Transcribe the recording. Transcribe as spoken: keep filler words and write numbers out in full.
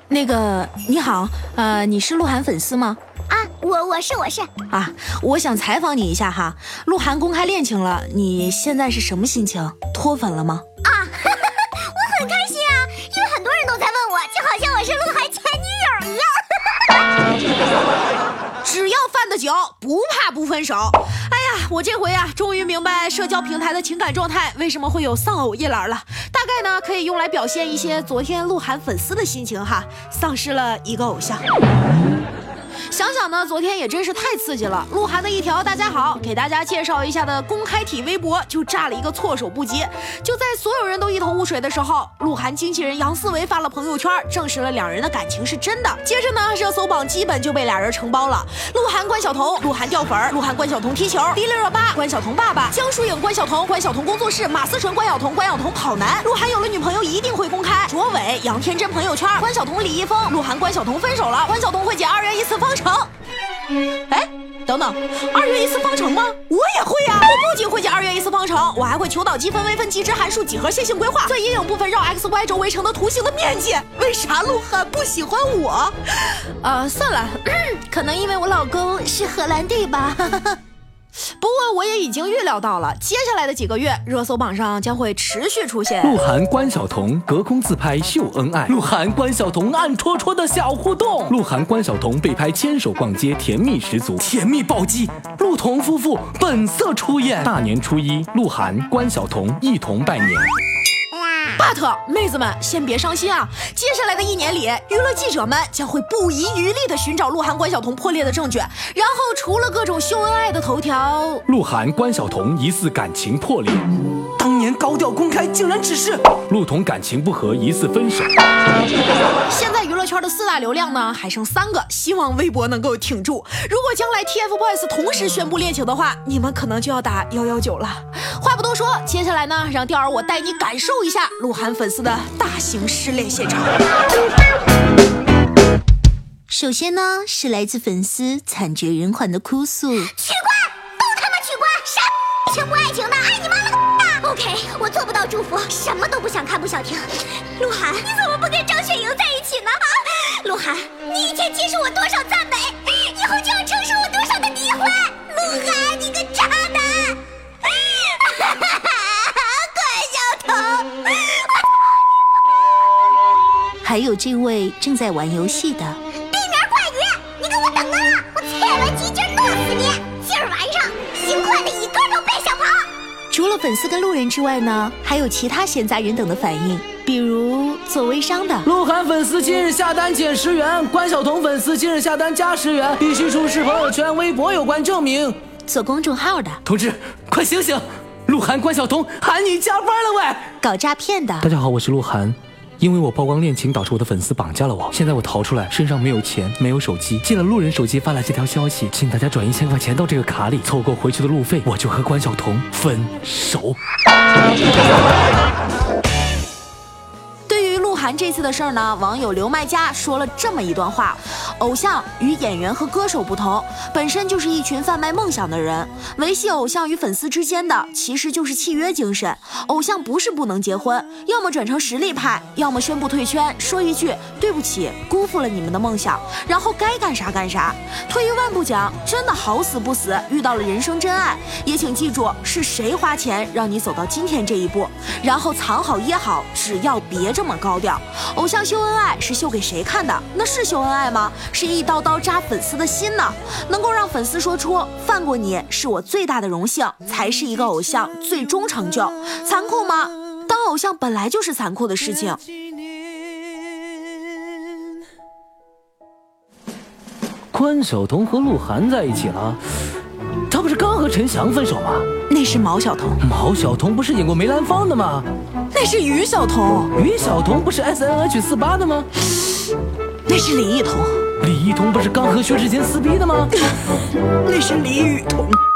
那个你好，呃，你是鹿晗粉丝吗？ 啊，我我是我是啊，我想采访你一下哈。鹿晗公开恋情了，你现在是什么心情？脱粉了吗？ 啊，呵呵我很开心啊，因为很多人都在问我，就好像我是鹿晗前女友一样。 只要犯得久，不怕不分手。哎呀，我这回啊，终于明白社交平台的情感状态为什么会有丧偶一栏了。大概呢，可以用来表现一些昨天鹿晗粉丝的心情哈，丧失了一个偶像。想想呢，昨天也真是太刺激了。鹿晗的一条大家好，给大家介绍一下的公开体微博就炸了一个措手不及。就在所有人都一头雾水的时候，鹿晗经纪人杨思维发了朋友圈，证实了两人的感情是真的。接着呢，热搜榜基本就被俩人承包了。鹿晗关晓彤，鹿晗掉粉，鹿晗关晓彤踢球，迪丽热巴关晓彤爸爸，江疏影关晓彤，关晓彤工作室，马思纯关晓彤，关晓彤跑男。鹿晗有了女朋友一定会公开。卓伟杨天真朋友圈，关晓彤李易峰，鹿晗关晓彤分手了，关晓彤会解二元一次方程。哎，等等，二元一次方程吗？我也会啊！我不仅会解二元一次方程，我还会求导积分、微分、极值、函数、几何、线性规划，算阴影部分绕 x y 轴围成的图形的面积。为啥鹿晗不喜欢我？呃，算了，嗯，可能因为我老公是荷兰弟吧。不过我也已经预料到了，接下来的几个月，热搜榜上将会持续出现鹿晗关晓彤隔空自拍秀恩爱，鹿晗关晓彤暗戳戳的小互动，鹿晗关晓彤被拍牵手逛街，甜蜜十足，甜蜜暴击，鹿彤夫妇本色出演。大年初一，鹿晗关晓彤一同拜年。 but 妹子们先别伤心啊！接下来的一年里，娱乐记者们将会不遗余力地寻找鹿晗关晓彤破裂的证据，然后除了各种秀恩爱的头条， 鹿晗关晓彤疑似感情破裂，当年高调公开竟然只是鹿彤感情不和疑似分手。 现在娱乐圈的四大流量呢还剩三个，希望微博能够挺住。如果将来 TFBOYS 同时宣布恋情的话，你们可能就要打一一九了。话不多说，接下来呢，让调儿我带你感受一下鹿晗粉丝的大型失恋现场。首先呢，是来自粉丝惨绝人寰的哭诉： 取关，都他妈取关，啥情不爱情的，爱你妈了个的 ！OK， 我做不到祝福，什么都不想看不想听。鹿晗，你怎么不跟张雪迎在一起呢？啊，鹿晗，你以前接受我多少赞美，以后就要承受我多少的诋毁。鹿晗，你个渣男！ 还有这位正在玩游戏的地名怪鱼，你给我等等，我切了几劲弄死你！今儿晚上幸亏的一个都别想跑。 除了粉丝跟路人之外呢，还有其他闲杂人等的反应，比如做微商的鹿晗粉丝今日下单减十元，关晓彤粉丝今日下单加十元，必须出示朋友圈、微博有关证明。 做公众号的同志，快醒醒！鹿晗关晓彤喊你加班了喂！ 搞诈骗的大家好，我是鹿晗。因为我曝光恋情，导致我的粉丝绑架了我。现在我逃出来，身上没有钱，没有手机，进了路人手机发来这条消息，请大家转一千块钱到这个卡里，凑够回去的路费，我就和关晓彤分手。 鹿晗这次的事儿呢，网友刘麦佳说了这么一段话：偶像与演员和歌手不同，本身就是一群贩卖梦想的人。维系偶像与粉丝之间的，其实就是契约精神。偶像不是不能结婚，要么转成实力派，要么宣布退圈，说一句对不起，辜负了你们的梦想，然后该干啥干啥。退一万步讲，真的好死不死遇到了人生真爱，也请记住是谁花钱让你走到今天这一步，然后藏好掖好，只要别这么高调。偶像秀恩爱是秀给谁看的？那是秀恩爱吗？是一刀刀扎粉丝的心呢。能够让粉丝说出犯过你是我最大的荣幸，才是一个偶像最终成就。残酷吗？当偶像本来就是残酷的事情。 关晓彤和鹿晗在一起了，他不是刚和陈翔分手吗？ 那是毛晓彤。 毛晓彤不是演过梅兰芳的吗？ 那是于晓彤。 于晓彤不是 S N H 四八的吗？ 那是李一桐。 李一桐不是刚和薛之谦撕逼的吗？ 那是李雨桐。